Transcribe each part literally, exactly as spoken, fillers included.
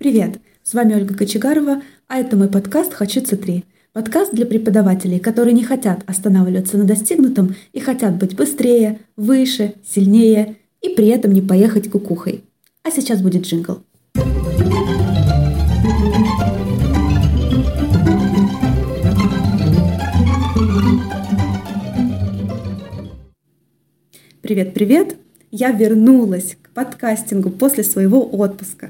Привет! С вами Ольга Кочегарова, а это мой подкаст «Хочется три». Подкаст для преподавателей, которые не хотят останавливаться на достигнутом и хотят быть быстрее, выше, сильнее и при этом не поехать кукухой. А сейчас будет джингл. Привет-привет! Я вернулась к подкастингу после своего отпуска.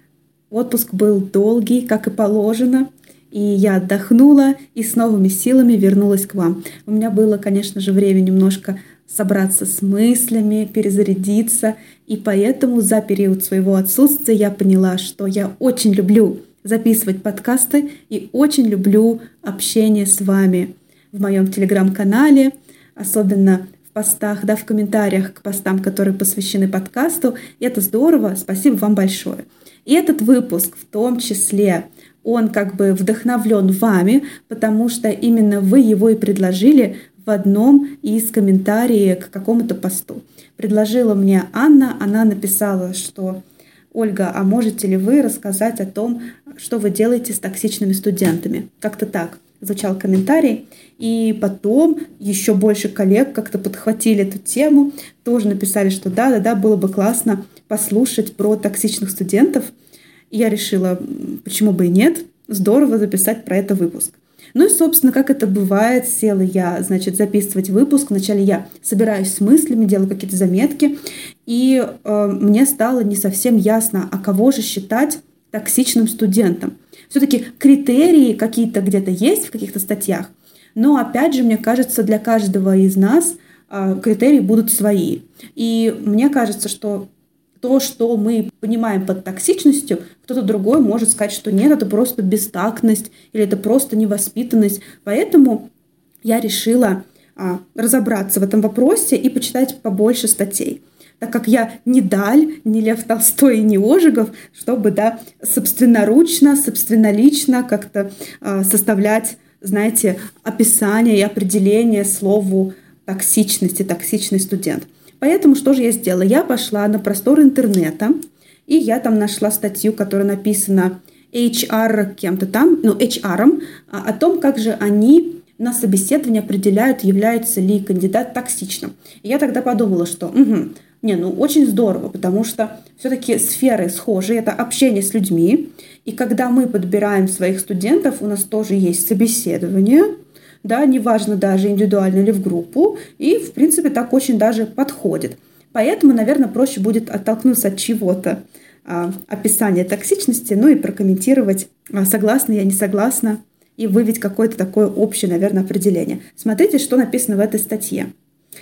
Отпуск был долгий, как и положено, и я отдохнула и с новыми силами вернулась к вам. У меня было, конечно же, время немножко собраться с мыслями, перезарядиться, и поэтому за период своего отсутствия я поняла, что я очень люблю записывать подкасты и очень люблю общение с вами в моем телеграм-канале, особенно в постах, да, в комментариях к постам, которые посвящены подкасту. И это здорово, спасибо вам большое. И этот выпуск в том числе, он как бы вдохновлен вами, потому что именно вы его и предложили в одном из комментариев к какому-то посту. Предложила мне Анна, она написала, что «Ольга, а можете ли вы рассказать о том, что вы делаете с токсичными студентами?» Как-то так звучал комментарий. И потом еще больше коллег как-то подхватили эту тему, тоже написали, что да-да-да, было бы классно послушать про токсичных студентов. И я решила, почему бы и нет, здорово записать про это выпуск. Ну и, собственно, как это бывает, села я, значит, записывать выпуск. Вначале я собираюсь с мыслями, делаю какие-то заметки, и э, мне стало не совсем ясно, а кого же считать токсичным студентом. Все-таки критерии какие-то где-то есть в каких-то статьях, но, опять же, мне кажется, для каждого из нас э, критерии будут свои. И мне кажется, что то, что мы понимаем под токсичностью, кто-то другой может сказать, что нет, это просто бестактность или это просто невоспитанность. Поэтому я решила а, разобраться в этом вопросе и почитать побольше статей. Так как я не Даль, не Лев Толстой и не Ожегов, чтобы да, собственноручно, собственнолично как-то а, составлять, знаете, описание и определение слову токсичности, токсичный студент. Поэтому что же я сделала? Я пошла на просторы интернета, и я там нашла статью, которая написана эйч ар кем-то там, ну, эйч ар, о том, как же они на собеседовании определяют, является ли кандидат токсичным. И я тогда подумала, что угу, не, ну очень здорово, потому что все-таки сферы схожи, это общение с людьми, и когда мы подбираем своих студентов, у нас тоже есть собеседование, да, неважно даже индивидуально или в группу, и, в принципе, так очень даже подходит. Поэтому, наверное, проще будет оттолкнуться от чего-то а, описания токсичности, ну и прокомментировать, а, согласна я, не согласна, и выявить какое-то такое общее, наверное, определение. Смотрите, что написано в этой статье.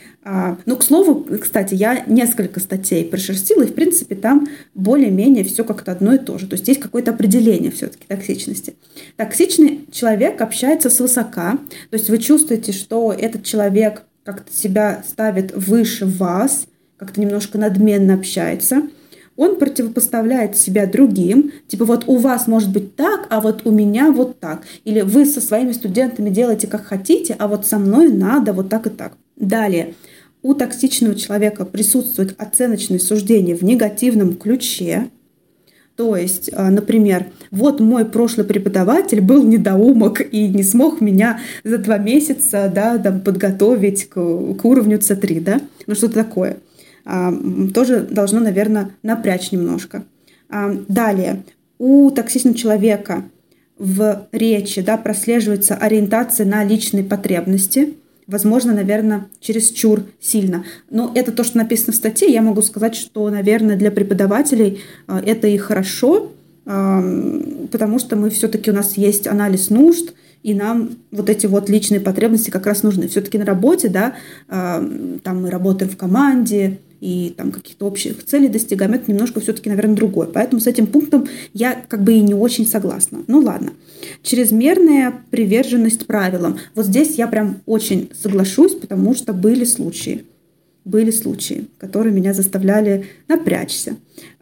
А, ну, к слову, кстати, я несколько статей прошерстила, и, в принципе, там более-менее все как-то одно и то же. То есть есть какое-то определение все-таки токсичности. Токсичный человек общается свысока, то есть вы чувствуете, что этот человек как-то себя ставит выше вас, как-то немножко надменно общается. Он противопоставляет себя другим, типа вот у вас может быть так, а вот у меня вот так. Или вы со своими студентами делаете как хотите, а вот со мной надо вот так и так. Далее. У токсичного человека присутствует оценочное суждение в негативном ключе. То есть, например, вот мой прошлый преподаватель был недоумок и не смог меня за два месяца да, там, подготовить к, к уровню си три. Да? Ну что-то такое. А, тоже должно, наверное, напрячь немножко. А, далее. У токсичного человека в речи да, прослеживается ориентация на личные потребности. Возможно, наверное, чересчур сильно. Но это то, что написано в статье. Я могу сказать, что, наверное, для преподавателей это и хорошо, потому что мы все-таки у нас есть анализ нужд, и нам вот эти вот личные потребности как раз нужны. Все-таки на работе, да, там мы работаем в команде, и там каких-то общих целей достигаем, это немножко все-таки, наверное, другое. Поэтому с этим пунктом я как бы и не очень согласна. Ну ладно. Чрезмерная приверженность правилам. Вот здесь я прям очень соглашусь, потому что были случаи, были случаи, которые меня заставляли напрячься.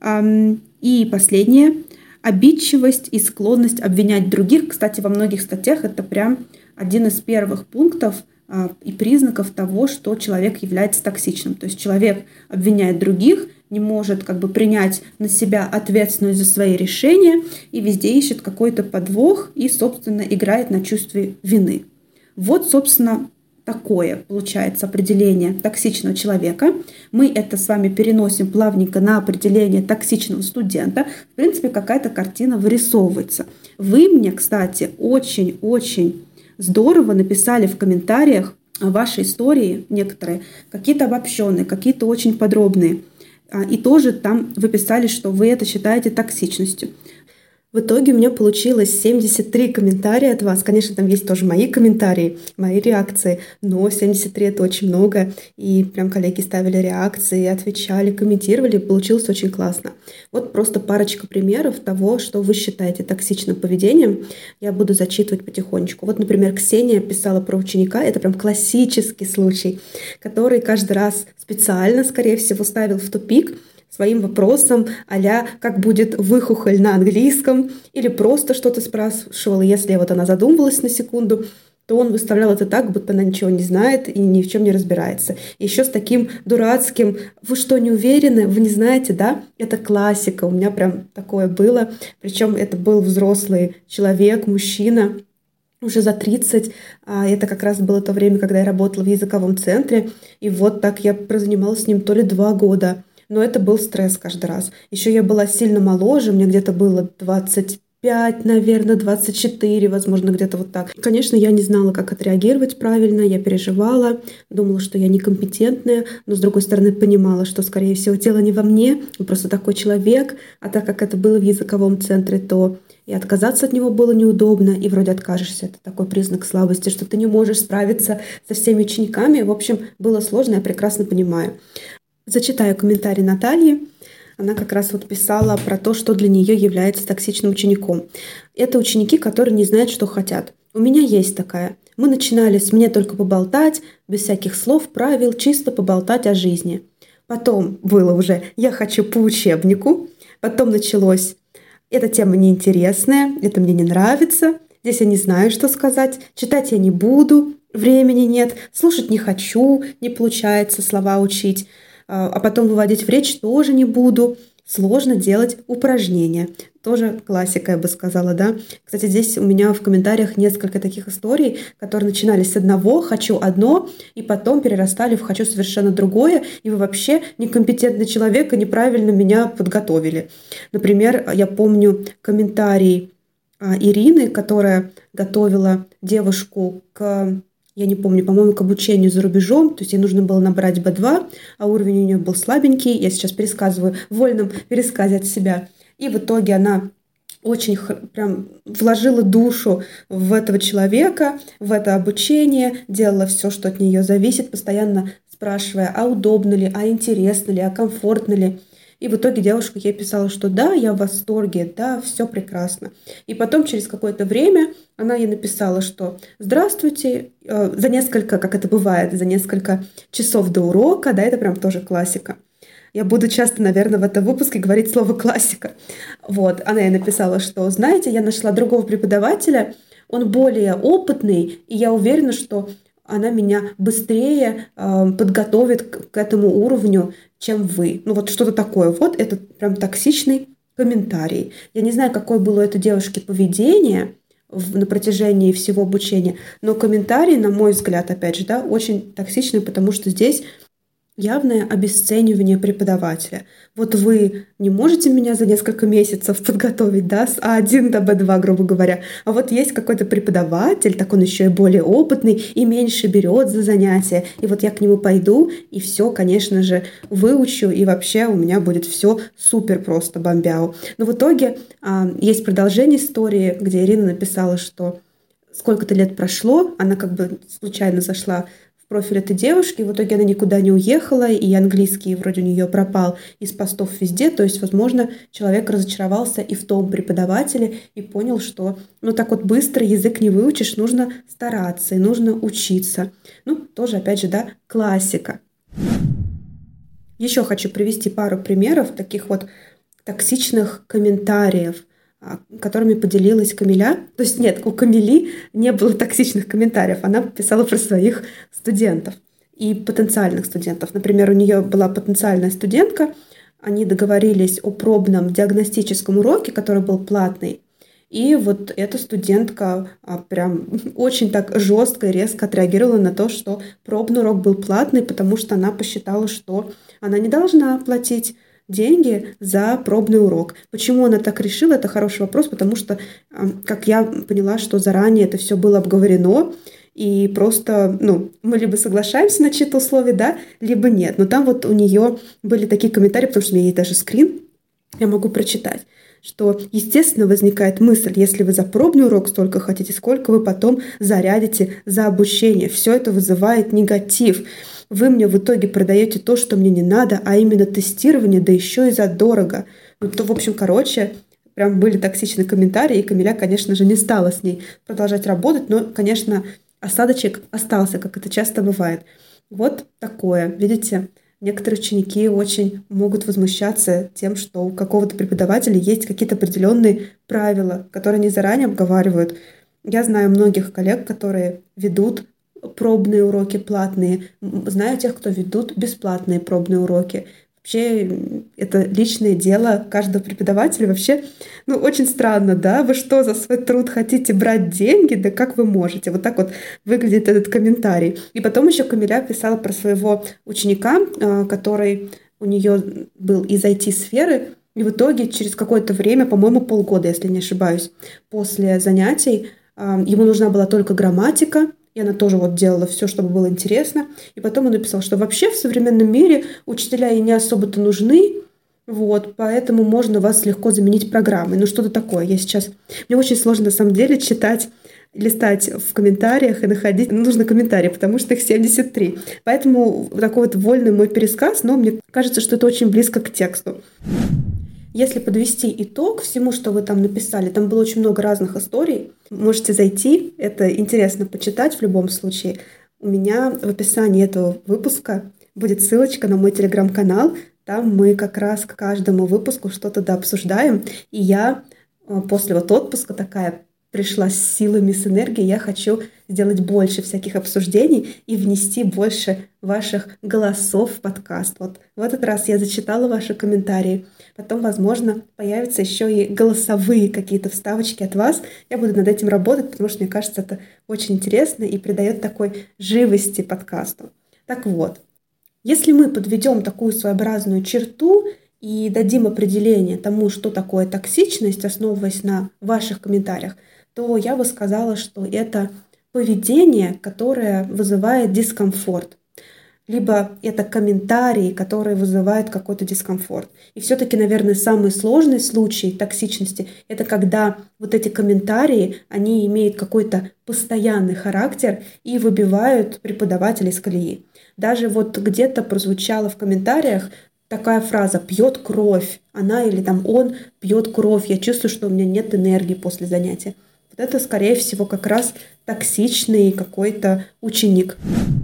И последнее. Обидчивость и склонность обвинять других. Кстати, во многих статьях это прям один из первых пунктов и признаков того, что человек является токсичным. То есть человек обвиняет других не может как бы принять на себя ответственность за свои решения и везде ищет какой-то подвох и, собственно, играет на чувстве вины. Вот, собственно, такое получается определение токсичного человека. Мы это с вами переносим плавненько на определение токсичного студента. В принципе, какая-то картина вырисовывается. Вы мне, кстати, очень-очень здорово написали в комментариях ваши истории, некоторые, какие-то обобщенные, какие-то очень подробные. И тоже там вы писали, что вы это считаете токсичностью. В итоге у меня получилось семьдесят три комментария от вас. Конечно, там есть тоже мои комментарии, мои реакции, но семьдесят три — это очень много. И прям коллеги ставили реакции, отвечали, комментировали. Получилось очень классно. Вот просто парочка примеров того, что вы считаете токсичным поведением. Я буду зачитывать потихонечку. Вот, например, Ксения писала про ученика. Это прям классический случай, который каждый раз специально, скорее всего, ставил в тупик своим вопросом а-ля «как будет выхухоль на английском?» или просто что-то спрашивала. Если вот она задумывалась на секунду, то он выставлял это так, будто она ничего не знает и ни в чем не разбирается. Еще с таким дурацким «вы что, не уверены? Вы не знаете, да?» Это классика, у меня прям такое было. Причем это был взрослый человек, мужчина, уже за тридцать. Это как раз было то время, когда я работала в языковом центре. И вот так я прозанималась с ним то ли два года. Но это был стресс каждый раз. Еще я была сильно моложе, мне где-то было двадцать пять, наверное, двадцать четыре, возможно, где-то вот так. Конечно, я не знала, как отреагировать правильно, я переживала, думала, что я некомпетентная, но, с другой стороны, понимала, что, скорее всего, дело не во мне, он просто такой человек, а так как это было в языковом центре, то и отказаться от него было неудобно, и вроде откажешься. Это такой признак слабости, что ты не можешь справиться со всеми учениками. В общем, было сложно, я прекрасно понимаю. Зачитаю комментарий Натальи. Она как раз вот писала про то, что для нее является токсичным учеником. Это ученики, которые не знают, что хотят. У меня есть такая. Мы начинали с «мне только поболтать», без всяких слов, правил, чисто поболтать о жизни. Потом было уже «я хочу по учебнику». Потом началось «эта тема неинтересная, это мне не нравится, здесь я не знаю, что сказать, читать я не буду, времени нет, слушать не хочу, не получается слова учить». А потом выводить в речь тоже не буду. Сложно делать упражнения. Тоже классика, я бы сказала, да. Кстати, здесь у меня в комментариях несколько таких историй, которые начинались с одного «хочу одно», и потом перерастали в «хочу совершенно другое», и вы вообще некомпетентный человек и неправильно меня подготовили. Например, я помню комментарий Ирины, которая готовила девушку к... Я не помню, по-моему, к обучению за рубежом, то есть ей нужно было набрать бэ два, а уровень у нее был слабенький. Я сейчас пересказываю в вольном пересказе от себя. И в итоге она очень прям вложила душу в этого человека, в это обучение, делала все, что от нее зависит, постоянно спрашивая, а удобно ли, а интересно ли, а комфортно ли. И в итоге девушка ей писала, что да, я в восторге, да, все прекрасно. И потом через какое-то время она ей написала, что здравствуйте, э, за несколько, как это бывает, за несколько часов до урока, да, это прям тоже классика. Я буду часто, наверное, в этом выпуске говорить слово «классика». Вот, она ей написала, что, знаете, я нашла другого преподавателя, он более опытный, и я уверена, что она меня быстрее э, подготовит к, к этому уровню, чем вы. Ну вот что-то такое. Вот это прям токсичный комментарий. Я не знаю, какое было у этой девушки поведение в, на протяжении всего обучения, но комментарий, на мой взгляд, опять же, да, очень токсичный, потому что здесь явное обесценивание преподавателя. Вот вы не можете меня за несколько месяцев подготовить, да, с а один до бэ два, грубо говоря. А вот есть какой-то преподаватель, так он еще и более опытный, и меньше берет за занятия. И вот я к нему пойду, и все, конечно же, выучу, и вообще у меня будет все супер просто бомбяу. Но в итоге а, есть продолжение истории, где Ирина написала, что сколько-то лет прошло, она как бы случайно зашла профиль этой девушки, в итоге она никуда не уехала, и английский вроде у нее пропал из постов везде, то есть, возможно, человек разочаровался и в том преподавателе, и понял, что ну так вот быстро язык не выучишь, нужно стараться, и нужно учиться. Ну, тоже, опять же, да, классика. Еще хочу привести пару примеров таких вот токсичных комментариев, которыми поделилась Камиля. То есть нет, у Камили не было токсичных комментариев. Она писала про своих студентов и потенциальных студентов. Например, у нее была потенциальная студентка, они договорились о пробном диагностическом уроке, который был платный. И вот эта студентка а, прям очень так жестко и резко отреагировала на то, что пробный урок был платный, потому что она посчитала, что она не должна платить деньги за пробный урок. Почему она так решила, это хороший вопрос, потому что, а, как я поняла, что заранее это все было обговорено, и просто, ну, мы либо соглашаемся на чьи-то условия, да, либо нет. Но там вот у нее были такие комментарии, потому что у меня есть даже скрин, я могу прочитать, что, естественно, возникает мысль, если вы за пробный урок столько хотите, сколько вы потом зарядите за обучение. Все это вызывает негатив. Вы мне в итоге продаете то, что мне не надо, а именно тестирование, да еще и задорого. Ну, то, в общем, короче, прям были токсичные комментарии, и Камиля, конечно же, не стала с ней продолжать работать, но, конечно, осадочек остался, как это часто бывает. Вот такое, видите? Некоторые ученики очень могут возмущаться тем, что у какого-то преподавателя есть какие-то определенные правила, которые они заранее обговаривают. Я знаю многих коллег, которые ведут пробные уроки платные, знаю тех, кто ведут бесплатные пробные уроки. Вообще, это личное дело каждого преподавателя. Вообще, ну, очень странно, да? Вы что, за свой труд хотите брать деньги? Да как вы можете? Вот так вот выглядит этот комментарий. И потом еще Камиля писала про своего ученика, который у нее был из ай ти-сферы, и в итоге через какое-то время, по-моему, полгода, если не ошибаюсь, после занятий ему нужна была только грамматика, и она тоже вот делала все, чтобы было интересно. И потом он написал, что вообще в современном мире учителя и не особо-то нужны, вот, поэтому можно вас легко заменить программой. Ну, что-то такое. Я сейчас... Мне очень сложно, на самом деле, читать, листать в комментариях и находить нужные комментарии, потому что их семьдесят три. Поэтому такой вот вольный мой пересказ, но мне кажется, что это очень близко к тексту. Если подвести итог всему, что вы там написали, там было очень много разных историй. Можете зайти, это интересно почитать в любом случае. У меня в описании этого выпуска будет ссылочка на мой телеграм-канал. Там мы как раз к каждому выпуску что-то да обсуждаем. И я после вот отпуска такая пришла с силами, с энергией. Я хочу сделать больше всяких обсуждений и внести больше ваших голосов в подкаст. Вот в этот раз я зачитала ваши комментарии. Потом, возможно, появятся еще и голосовые какие-то вставочки от вас. Я буду над этим работать, потому что мне кажется, это очень интересно и придает такой живости подкасту. Так вот, если мы подведем такую своеобразную черту и дадим определение тому, что такое токсичность, основываясь на ваших комментариях, то я бы сказала, что это поведение, которое вызывает дискомфорт. Либо это комментарии, которые вызывают какой-то дискомфорт. И все-таки, наверное, самый сложный случай токсичности – это когда вот эти комментарии, они имеют какой-то постоянный характер и выбивают преподавателя из колеи. Даже вот где-то прозвучало в комментариях такая фраза «пьет кровь», она или там он пьет кровь, я чувствую, что у меня нет энергии после занятия. Вот это, скорее всего, как раз токсичный какой-то ученик.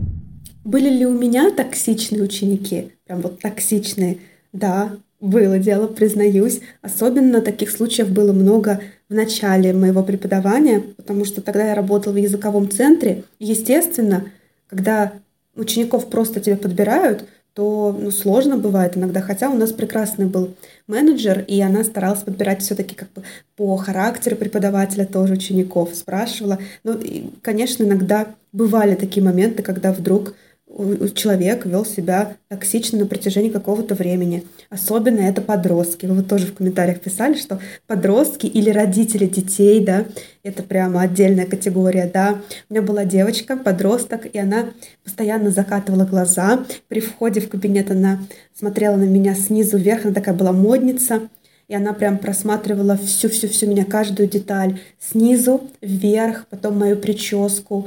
Были ли у меня токсичные ученики? Прям вот токсичные? Да, было дело, признаюсь. Особенно таких случаев было много в начале моего преподавания, потому что тогда я работала в языковом центре. Естественно, когда учеников просто тебя подбирают, то ну, сложно бывает иногда. Хотя у нас прекрасный был менеджер, и она старалась подбирать все-таки как бы по характеру преподавателя тоже учеников, спрашивала. Ну, и, конечно, иногда бывали такие моменты, когда вдруг человек вел себя токсично на протяжении какого-то времени. Особенно это подростки. Вы вот тоже в комментариях писали, что подростки или родители детей, да, это прямо отдельная категория, да. У меня была девочка, подросток, и она постоянно закатывала глаза. При входе в кабинет она смотрела на меня снизу вверх, она такая была модница. И она прям просматривала всю-всю-всю меня, каждую деталь. Снизу вверх, потом мою прическу,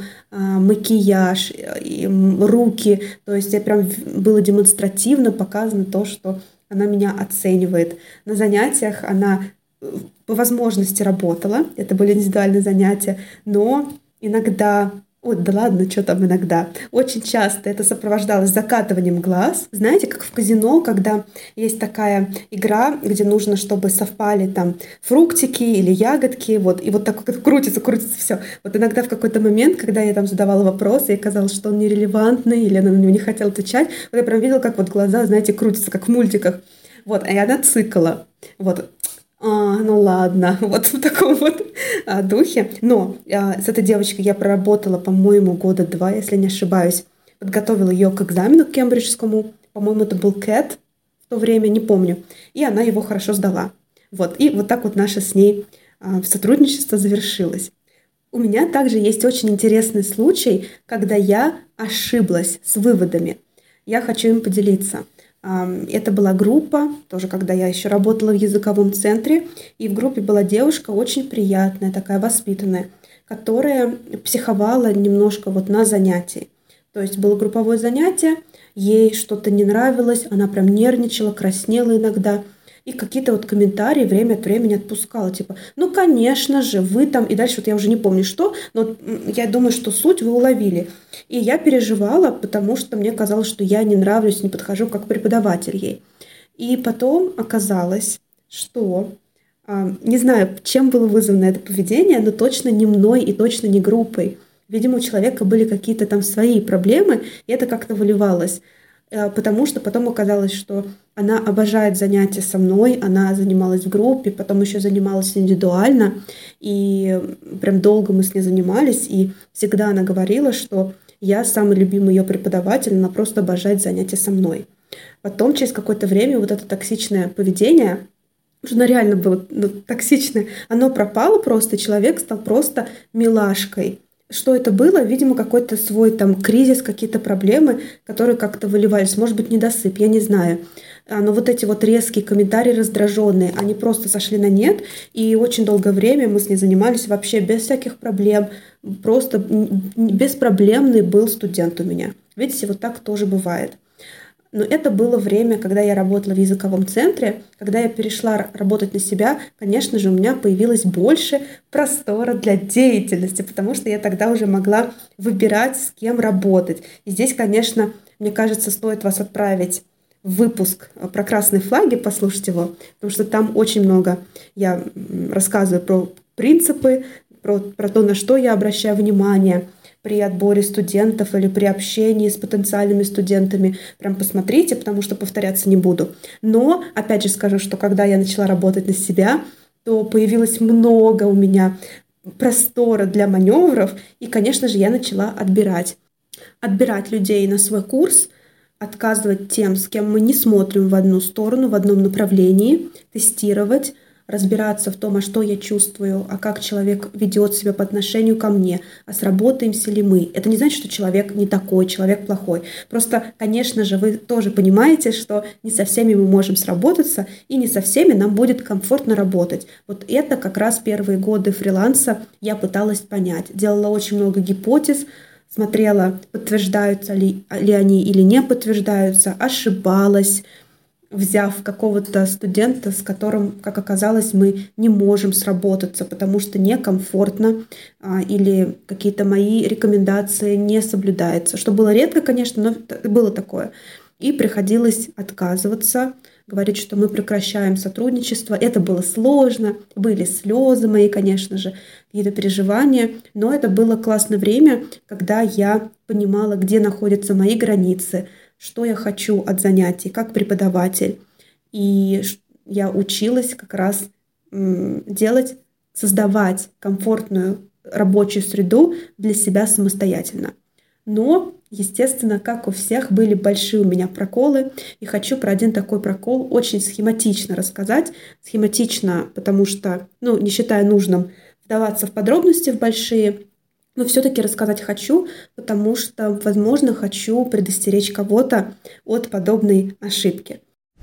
макияж, руки. То есть я прям было демонстративно показано то, что она меня оценивает. На занятиях она по возможности работала. Это были индивидуальные занятия. Но иногда... Ой, да ладно, что там иногда. Очень часто это сопровождалось закатыванием глаз. Знаете, как в казино, когда есть такая игра, где нужно, чтобы совпали там фруктики или ягодки, вот, и вот так как крутится, крутится все. Вот иногда в какой-то момент, когда я там задавала вопросы, и казалось, что он нерелевантный, или она на него не хотела отвечать, вот я прям видела, как вот глаза, знаете, крутятся, как в мультиках. Вот, и она цикала. Вот, а, ну ладно, вот в таком вот а, духе. Но а, с этой девочкой я проработала, по-моему, года два, если не ошибаюсь. Подготовила ее к экзамену к кембриджскому. По-моему, это был кэт в то время, не помню. И она его хорошо сдала. Вот, и вот так вот наше с ней а, сотрудничество завершилось. У меня также есть очень интересный случай, когда я ошиблась с выводами. Я хочу им поделиться. Это была группа, тоже когда я еще работала в языковом центре, и в группе была девушка очень приятная, такая воспитанная, которая психовала немножко вот на занятии. То есть было групповое занятие, ей что-то не нравилось, она прям нервничала, краснела иногда, и какие-то вот комментарии время от времени отпускала, типа, ну, конечно же, вы там, и дальше вот я уже не помню что, но я думаю, что суть вы уловили. И я переживала, потому что мне казалось, что я не нравлюсь, не подхожу как преподаватель ей. И потом оказалось, что, не знаю, чем было вызвано это поведение, но точно не мной и точно не группой. Видимо, у человека были какие-то там свои проблемы, и это как-то выливалось. Потому что потом оказалось, что она обожает занятия со мной, она занималась в группе, потом еще занималась индивидуально, и прям долго мы с ней занимались, и всегда она говорила, что я самый любимый ее преподаватель, она просто обожает занятия со мной. Потом, через какое-то время, вот это токсичное поведение, уже оно реально было ну, токсичное, оно пропало просто, человек стал просто милашкой. Что это было? Видимо, какой-то свой там кризис, какие-то проблемы, которые как-то выливались. Может быть, недосып, я не знаю. Но вот эти вот резкие комментарии раздраженные, они просто сошли на нет. И очень долгое время мы с ней занимались вообще без всяких проблем. Просто беспроблемный был студент у меня. Видите, вот так тоже бывает. Но это было время, когда я работала в языковом центре. Когда я перешла работать на себя, конечно же, у меня появилось больше простора для деятельности, потому что я тогда уже могла выбирать, с кем работать. И здесь, конечно, мне кажется, стоит вас отправить в выпуск про красные флаги, послушать его, потому что там очень много я рассказываю про принципы, про, про то, на что я обращаю внимание при отборе студентов или при общении с потенциальными студентами. Прям посмотрите, потому что повторяться не буду. Но, опять же скажу, что когда я начала работать на себя, то появилось много у меня простора для маневров, и, конечно же, я начала отбирать. Отбирать людей на свой курс, отказывать тем, с кем мы не смотрим в одну сторону, в одном направлении, тестировать, разбираться в том, а что я чувствую, а как человек ведет себя по отношению ко мне, а сработаемся ли мы. Это не значит, что человек не такой, человек плохой. Просто, конечно же, вы тоже понимаете, что не со всеми мы можем сработаться, и не со всеми нам будет комфортно работать. Вот это как раз первые годы фриланса я пыталась понять. Делала очень много гипотез, смотрела, подтверждаются ли, ли они или не подтверждаются, ошибалась, взяв какого-то студента, с которым, как оказалось, мы не можем сработаться, потому что некомфортно а, или какие-то мои рекомендации не соблюдаются. Что было редко, конечно, но было такое. И приходилось отказываться, говорить, что мы прекращаем сотрудничество. Это было сложно, были слезы мои, конечно же, какие-то переживания, но это было классное время, когда я понимала, где находятся мои границы, что я хочу от занятий как преподаватель. И я училась как раз делать, создавать комфортную рабочую среду для себя самостоятельно. Но, естественно, как у всех, были большие у меня проколы. И хочу про один такой прокол очень схематично рассказать. Схематично, потому что, ну, не считая нужным вдаваться в подробности в большие, но все-таки рассказать хочу, потому что, возможно, хочу предостеречь кого-то от подобной ошибки.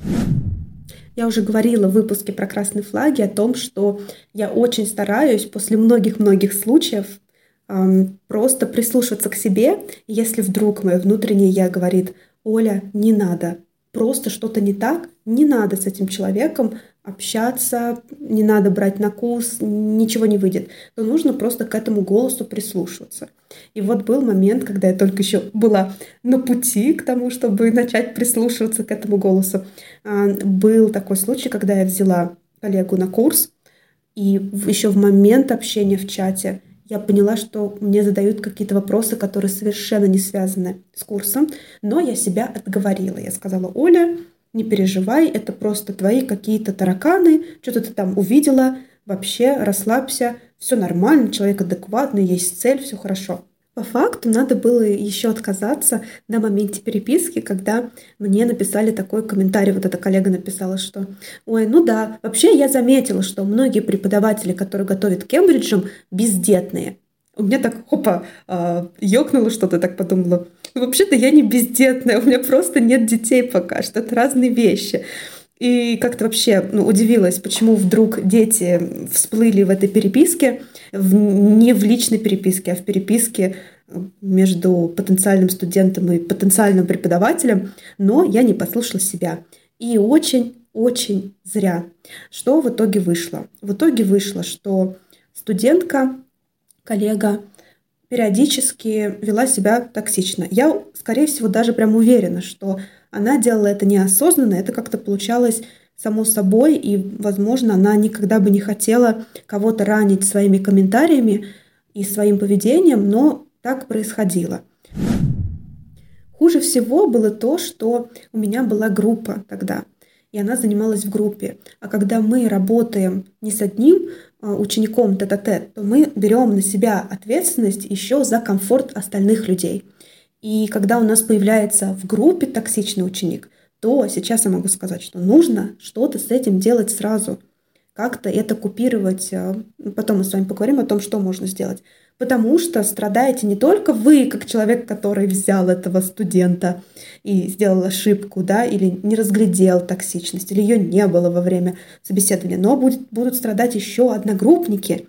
Я уже говорила в выпуске про красные флаги о том, что я очень стараюсь после многих-многих случаев эм, просто прислушиваться к себе. Если вдруг мое внутреннее я говорит: «Оля, не надо, просто что-то не так, не надо с этим человеком общаться, не надо брать на курс, ничего не выйдет», то нужно просто к этому голосу прислушиваться. И вот был момент, когда я только еще была на пути к тому, чтобы начать прислушиваться к этому голосу. Был такой случай, когда я взяла коллегу на курс, и еще в момент общения в чате я поняла, что мне задают какие-то вопросы, которые совершенно не связаны с курсом, но я себя отговорила. Я сказала: «Оля, не переживай, это просто твои какие-то тараканы, что-то ты там увидела, вообще расслабься, все нормально, человек адекватный, есть цель, все хорошо. По факту надо было еще отказаться на моменте переписки, когда мне написали такой комментарий, вот эта коллега написала, что «Ой, ну да, вообще я заметила, что многие преподаватели, которые готовят к Кембриджам, бездетные». У меня так, хопа, э, ёкнуло что-то, так подумала. Ну, вообще-то я не бездетная, у меня просто нет детей пока что, это разные вещи. И как-то вообще ну, удивилась, почему вдруг дети всплыли в этой переписке, в, не в личной переписке, а в переписке между потенциальным студентом и потенциальным преподавателем, но я не послушала себя. И очень-очень зря. Что в итоге вышло? В итоге вышло, что студентка, коллега, периодически вела себя токсично. Я, скорее всего, даже прям уверена, что она делала это неосознанно, это как-то получалось само собой, и, возможно, она никогда бы не хотела кого-то ранить своими комментариями и своим поведением, но так происходило. Хуже всего было то, что у меня была группа тогда, и она занималась в группе. А когда мы работаем не с одним учеником тет-а-тет, то мы берем на себя ответственность еще за комфорт остальных людей. И когда у нас появляется в группе токсичный ученик, то сейчас я могу сказать, что нужно что-то с этим делать сразу, как-то это купировать. Потом мы с вами поговорим о том, что можно сделать. Потому что страдаете не только вы, как человек, который взял этого студента и сделал ошибку, да, или не разглядел токсичность, или ее не было во время собеседования, но будет, будут страдать еще одногруппники.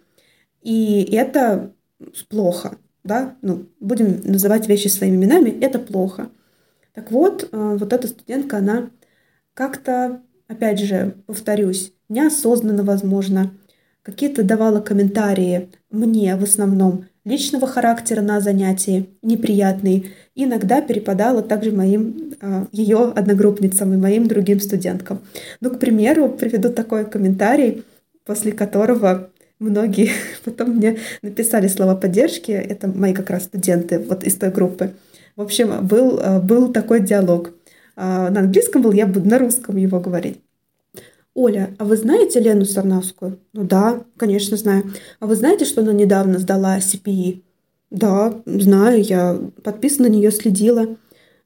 И это плохо. Да? Ну, будем называть вещи своими именами, это плохо. Так вот, вот эта студентка, она как-то, опять же, повторюсь, неосознанно, возможно, какие-то давала комментарии мне в основном личного характера на занятии, неприятные, и иногда перепадала также моим, ее одногруппницам и моим другим студенткам. Ну, к примеру, приведу такой комментарий, после которого многие потом мне написали слова поддержки, это мои как раз студенты вот из той группы. В общем, был, был такой диалог. На английском был, я буду на русском его говорить. Оля, а вы знаете Лену Сарнавскую? Ну да, конечно, знаю. А вы знаете, что она недавно сдала си пи и? Да, знаю, я подписана на нее, следила.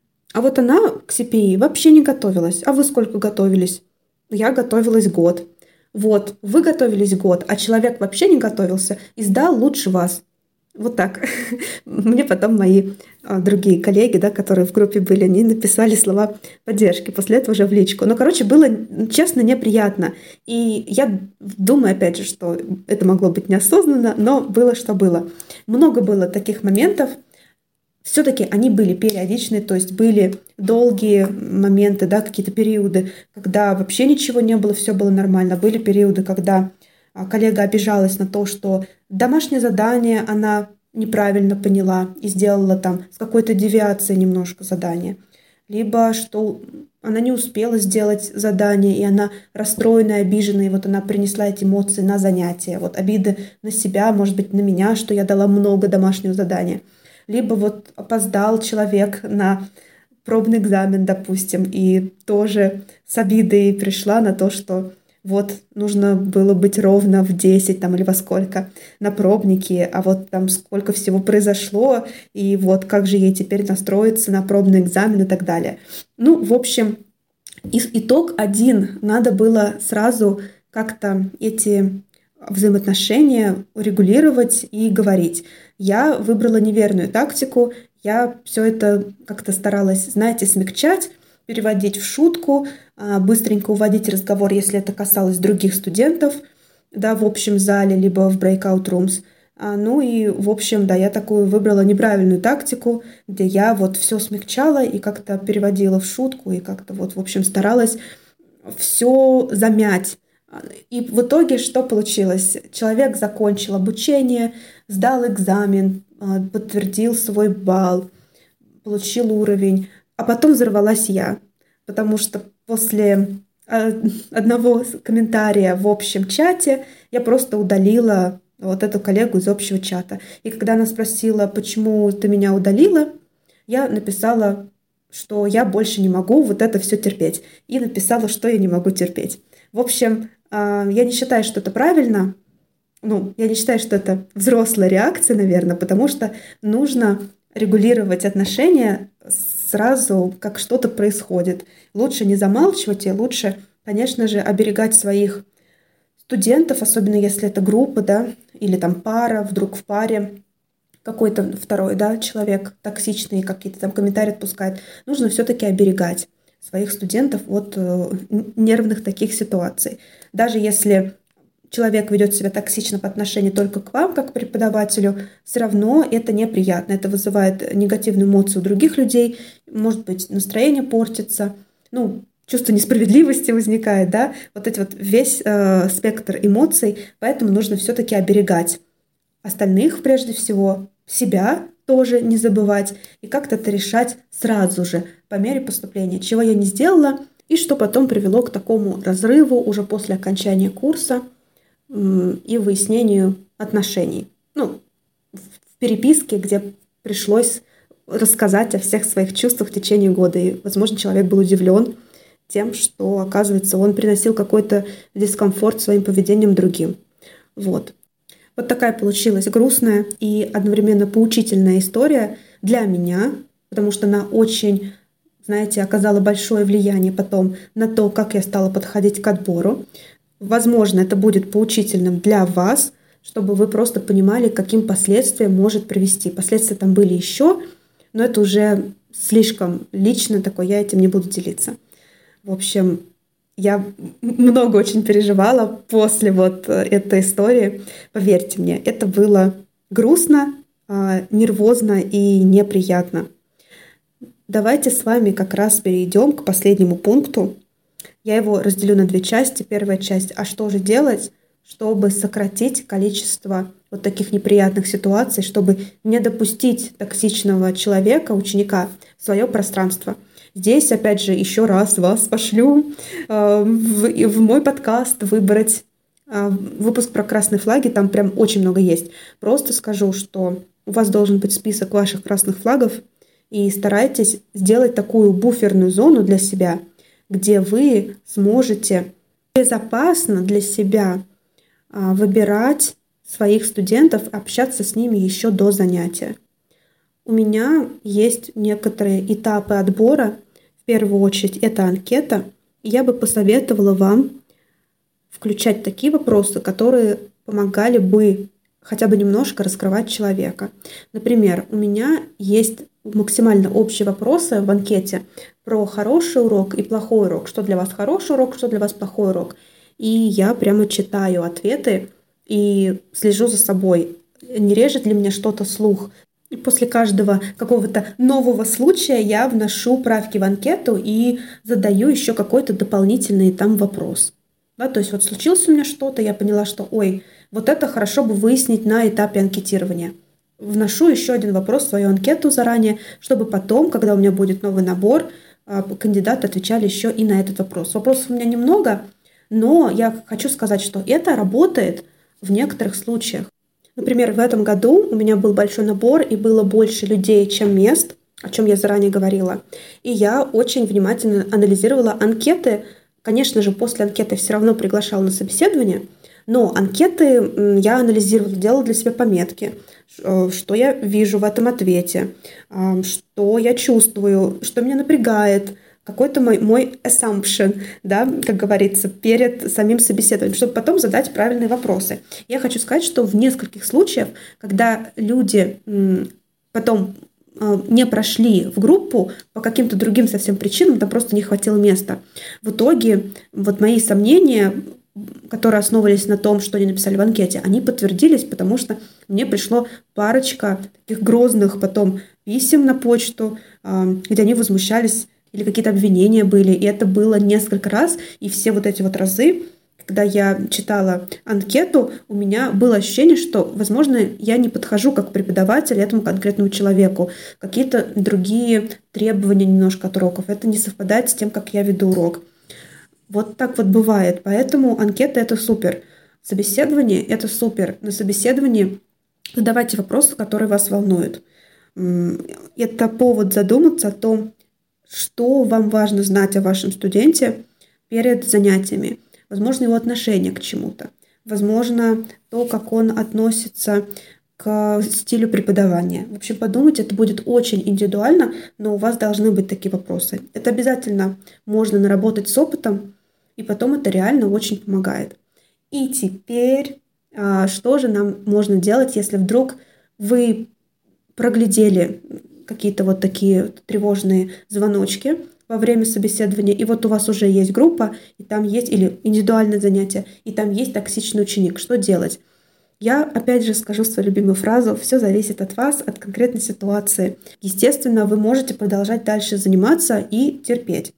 А вот она к си пи и вообще не готовилась. А вы сколько готовились? Я готовилась год. Вот, вы готовились год, а человек вообще не готовился и сдал лучше вас. Вот так. Мне потом мои а, другие коллеги, да, которые в группе были, они написали слова поддержки, после этого уже в личку. Но, короче, было, честно, неприятно. И я думаю, опять же, что это могло быть неосознанно, но было, что было. Много было таких моментов. Все-таки они были периодичные, то есть были долгие моменты, да, какие-то периоды, когда вообще ничего не было, все было нормально. Были периоды, когда коллега обижалась на то, что домашнее задание она неправильно поняла и сделала там с какой-то девиацией немножко задание. Либо что она не успела сделать задание, и она расстроенная, обиженная, и вот она принесла эти эмоции на занятия. Вот обиды на себя, может быть, на меня, что я дала много домашнего задания. Либо вот опоздал человек на пробный экзамен, допустим, и тоже с обидой пришла на то, что вот нужно было быть ровно в десять там, или во сколько на пробнике, а вот там сколько всего произошло, и вот как же ей теперь настроиться на пробный экзамен и так далее. Ну, в общем, итог один. Надо было сразу как-то эти взаимоотношения урегулировать и говорить. Я выбрала неверную тактику, я все это как-то старалась, знаете, смягчать, переводить в шутку, быстренько уводить разговор, если это касалось других студентов, да, в общем зале, либо в breakout rooms. Ну и, в общем, да, я такую выбрала неправильную тактику, где я вот все смягчала и как-то переводила в шутку, и как-то вот, в общем, старалась все замять. И в итоге что получилось? Человек закончил обучение, сдал экзамен, подтвердил свой балл, получил уровень, а потом взорвалась я, потому что после одного комментария в общем чате я просто удалила вот эту коллегу из общего чата. И когда она спросила, почему ты меня удалила, я написала что я больше не могу вот это все терпеть. И написала, что я не могу терпеть. В общем, я не считаю, что это правильно. Ну, я не считаю, что это взрослая реакция, наверное, потому что нужно регулировать отношения сразу, как что-то происходит. Лучше не замалчивать, и лучше, конечно же, оберегать своих студентов, особенно если это группа, да, или там пара, вдруг в паре какой-то второй, да, человек токсичный, какие-то там комментарии отпускает. Нужно все-таки оберегать своих студентов от э, нервных таких ситуаций. Даже если человек ведет себя токсично по отношению только к вам, как к преподавателю, все равно это неприятно. Это вызывает негативную эмоцию у других людей, может быть, настроение портится, ну, чувство несправедливости возникает, да, вот эти вот весь э, спектр эмоций, поэтому нужно все-таки оберегать остальных прежде всего, себя тоже не забывать и как-то это решать сразу же, по мере поступления, чего я не сделала и что потом привело к такому разрыву уже после окончания курса и выяснению отношений. Ну, в переписке, где пришлось рассказать о всех своих чувствах в течение года. И, возможно, человек был удивлен тем, что, оказывается, он приносил какой-то дискомфорт своим поведением другим. Вот. Вот такая получилась грустная и одновременно поучительная история для меня, потому что она очень, знаете, оказала большое влияние потом на то, как я стала подходить к отбору. Возможно, это будет поучительным для вас, чтобы вы просто понимали, к каким последствиям может привести. Последствия там были еще, но это уже слишком лично такое, я этим не буду делиться. В общем, я много очень переживала после вот этой истории. Поверьте мне, это было грустно, нервозно и неприятно. Давайте с вами как раз перейдем к последнему пункту. Я его разделю на две части. Первая часть: а что же делать, чтобы сократить количество вот таких неприятных ситуаций, чтобы не допустить токсичного человека, ученика, в свое пространство. Здесь, опять же, еще раз вас пошлю э, в, в мой подкаст выбрать э, выпуск про красные флаги. Там прям очень много есть. Просто скажу, что у вас должен быть список ваших красных флагов, и старайтесь сделать такую буферную зону для себя, где вы сможете безопасно для себя э, выбирать своих студентов, общаться с ними еще до занятия. У меня есть некоторые этапы отбора. В первую очередь это анкета. Я бы посоветовала вам включать такие вопросы, которые помогали бы хотя бы немножко раскрывать человека. Например, у меня есть максимально общие вопросы в анкете про хороший урок и плохой урок. Что для вас хороший урок, что для вас плохой урок. И я прямо читаю ответы и слежу за собой. Не режет ли мне что-то слух? И после каждого какого-то нового случая я вношу правки в анкету и задаю еще какой-то дополнительный там вопрос. Да, то есть вот случилось у меня что-то, я поняла, что ой, вот это хорошо бы выяснить на этапе анкетирования. Вношу еще один вопрос в свою анкету заранее, чтобы потом, когда у меня будет новый набор, кандидаты отвечали еще и на этот вопрос. Вопросов у меня немного, но я хочу сказать, что это работает в некоторых случаях. Например, в этом году у меня был большой набор и было больше людей, чем мест, о чем я заранее говорила. И я очень внимательно анализировала анкеты. Конечно же, после анкеты все равно приглашала на собеседование, но анкеты я анализировала, делала для себя пометки, что я вижу в этом ответе, что я чувствую, что меня напрягает, какой-то мой, мой assumption, да, как говорится, перед самим собеседованием, чтобы потом задать правильные вопросы. Я хочу сказать, что в нескольких случаях, когда люди потом не прошли в группу по каким-то другим совсем причинам, там просто не хватило места, в итоге вот мои сомнения, которые основывались на том, что они написали в анкете, они подтвердились, потому что мне пришло парочка таких грозных потом писем на почту, где они возмущались, или какие-то обвинения были, и это было несколько раз, и все вот эти вот разы, когда я читала анкету, у меня было ощущение, что, возможно, я не подхожу как преподаватель этому конкретному человеку, какие-то другие требования немножко от уроков, это не совпадает с тем, как я веду урок. Вот так вот бывает, поэтому анкета — это супер, собеседование — это супер, на собеседовании задавайте вопросы, которые вас волнуют. Это повод задуматься о том, что вам важно знать о вашем студенте перед занятиями. Возможно, его отношение к чему-то. Возможно, то, как он относится к стилю преподавания. В общем, подумайте, это будет очень индивидуально, но у вас должны быть такие вопросы. Это обязательно можно наработать с опытом, и потом это реально очень помогает. И теперь, что же нам можно делать, если вдруг вы проглядели какие-то вот такие тревожные звоночки во время собеседования, и вот у вас уже есть группа, и там есть, или индивидуальное занятие, и там есть токсичный ученик. Что делать? Я опять же скажу свою любимую фразу: все зависит от вас, от конкретной ситуации. Естественно, вы можете продолжать дальше заниматься и терпеть.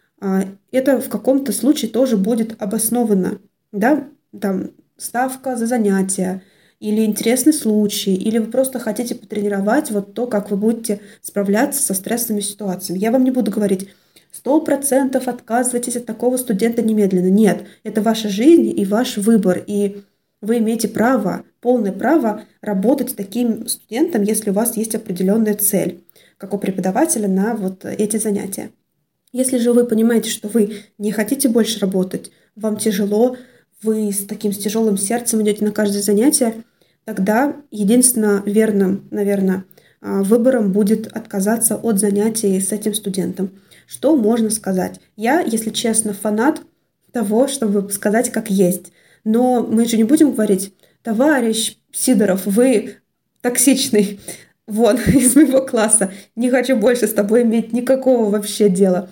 Это в каком-то случае тоже будет обосновано, да, там ставка за занятия, или интересный случай, или вы просто хотите потренировать вот то, как вы будете справляться со стрессовыми ситуациями. Я вам не буду говорить: сто процентов отказывайтесь от такого студента немедленно. Нет, это ваша жизнь и ваш выбор, и вы имеете право, полное право работать с таким студентом, если у вас есть определенная цель, как у преподавателя, на вот эти занятия. Если же вы понимаете, что вы не хотите больше работать, вам тяжело, вы с таким с тяжелым сердцем идете на каждое занятие, тогда единственно верным, наверное, выбором будет отказаться от занятий с этим студентом. Что можно сказать? Я, если честно, фанат того, чтобы сказать как есть. Но мы же не будем говорить: товарищ Сидоров, вы токсичный, вон из моего класса, не хочу больше с тобой иметь никакого вообще дела.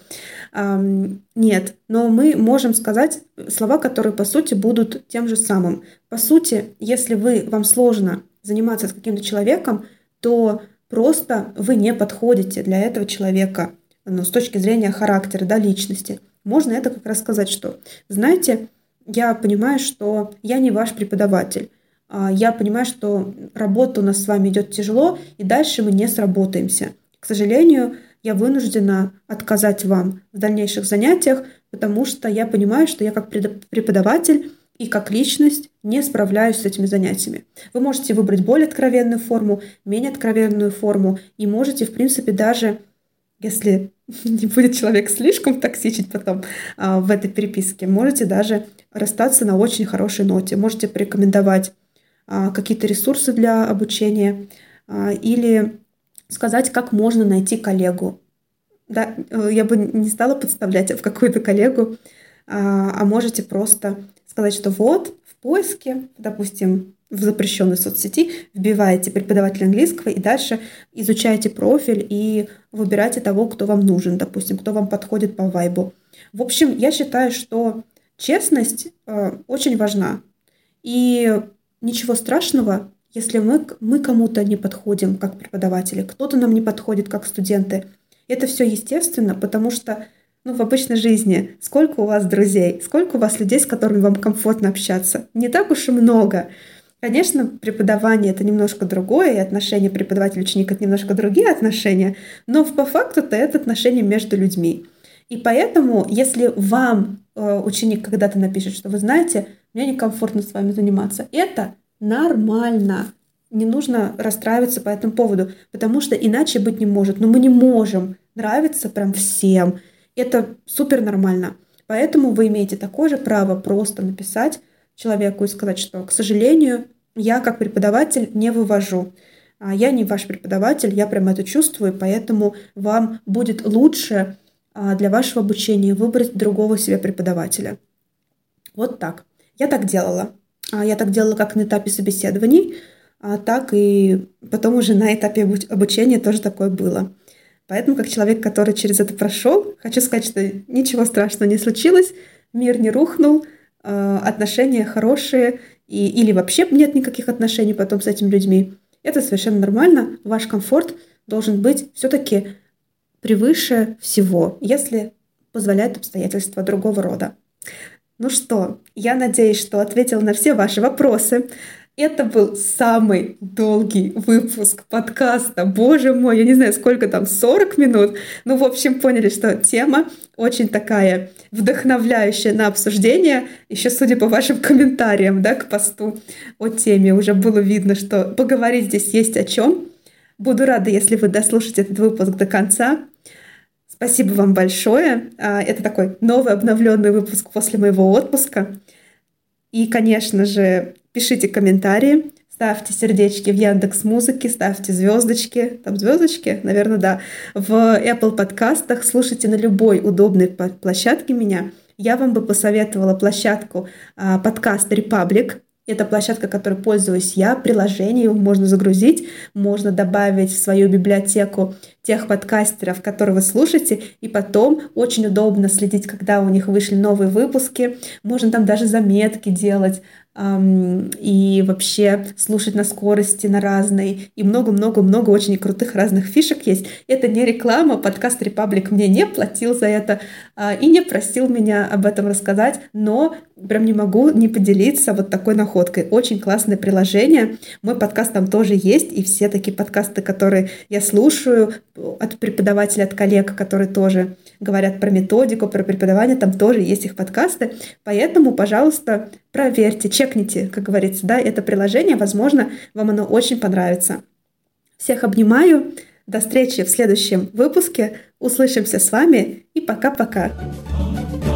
Um, нет, но мы можем сказать слова, которые по сути будут тем же самым. По сути, если вы, вам сложно заниматься с каким-то человеком, то просто вы не подходите для этого человека, ну, с точки зрения характера, да, личности. Можно это как раз сказать, что, знаете, я понимаю, что я не ваш преподаватель. Я понимаю, что работа у нас с вами идет тяжело, и дальше мы не сработаемся. К сожалению, я вынуждена отказать вам в дальнейших занятиях, потому что я понимаю, что я как преподаватель и как личность не справляюсь с этими занятиями. Вы можете выбрать более откровенную форму, менее откровенную форму, и можете, в принципе, даже, если не будет человек слишком токсичить потом а, в этой переписке, можете даже расстаться на очень хорошей ноте. Можете порекомендовать а, какие-то ресурсы для обучения а, или сказать, как можно найти коллегу. Да, я бы не стала подставлять в какую-то коллегу, а, а можете просто сказать, что вот в поиске, допустим, в запрещенной соцсети вбиваете преподаватель английского и дальше изучаете профиль и выбираете того, кто вам нужен, допустим, кто вам подходит по вайбу. В общем, я считаю, что честность э, очень важна. И ничего страшного, если мы, мы кому-то не подходим как преподаватели, кто-то нам не подходит как студенты. Это все естественно, потому что ну, в обычной жизни сколько у вас друзей, сколько у вас людей, с которыми вам комфортно общаться? Не так уж и много. Конечно, преподавание — это немножко другое, и отношения преподаватель-ученик — это немножко другие отношения, но по факту-то это отношения между людьми. И поэтому, если вам э, ученик когда-то напишет, что вы знаете, мне некомфортно с вами заниматься, это нормально. Не нужно расстраиваться по этому поводу, потому что иначе быть не может. Но мы не можем нравиться прям всем. Это супер нормально. Поэтому вы имеете такое же право просто написать человеку и сказать, что, к сожалению, я как преподаватель не вывожу. Я не ваш преподаватель, я прям это чувствую, поэтому вам будет лучше для вашего обучения выбрать другого себе преподавателя. Вот так. Я так делала. Я так делала как на этапе собеседований, так и потом уже на этапе обучения тоже такое было. Поэтому, как человек, который через это прошел, хочу сказать, что ничего страшного не случилось, мир не рухнул, отношения хорошие, и, или вообще нет никаких отношений потом с этими людьми. Это совершенно нормально. Ваш комфорт должен быть все-таки превыше всего, если позволяют обстоятельства другого рода. Ну что, я надеюсь, что ответила на все ваши вопросы. Это был самый долгий выпуск подкаста. Боже мой, я не знаю, сколько там, сорок минут. Ну, в общем, поняли, что тема очень такая вдохновляющая на обсуждение. Еще, судя по вашим комментариям, да, к посту о теме, уже было видно, что поговорить здесь есть о чем. Буду рада, если вы дослушаете этот выпуск до конца. Спасибо вам большое. А, Это такой новый обновленный выпуск после моего отпуска. И, конечно же, пишите комментарии, ставьте сердечки в Яндекс.Музыке, ставьте звездочки, там звездочки, наверное, да, в Apple подкастах, слушайте на любой удобной по- площадке меня. Я вам бы посоветовала площадку а, подкаст Republic. Это площадка, которой пользуюсь я, приложение, его можно загрузить, можно добавить в свою библиотеку тех подкастеров, которые вы слушаете, и потом очень удобно следить, когда у них вышли новые выпуски, можно там даже заметки делать, ам, и вообще слушать на скорости, на разной, и много-много-много очень крутых разных фишек есть. Это не реклама, подкаст Republic мне не платил за это а, и не просил меня об этом рассказать, но прям не могу не поделиться вот такой находкой. Очень классное приложение. Мой подкаст там тоже есть, и все такие подкасты, которые я слушаю от преподавателей, от коллег, которые тоже говорят про методику, про преподавание, там тоже есть их подкасты. Поэтому, пожалуйста, проверьте, чекните, как говорится, да, это приложение. Возможно, вам оно очень понравится. Всех обнимаю. До встречи в следующем выпуске. Услышимся с вами и пока-пока.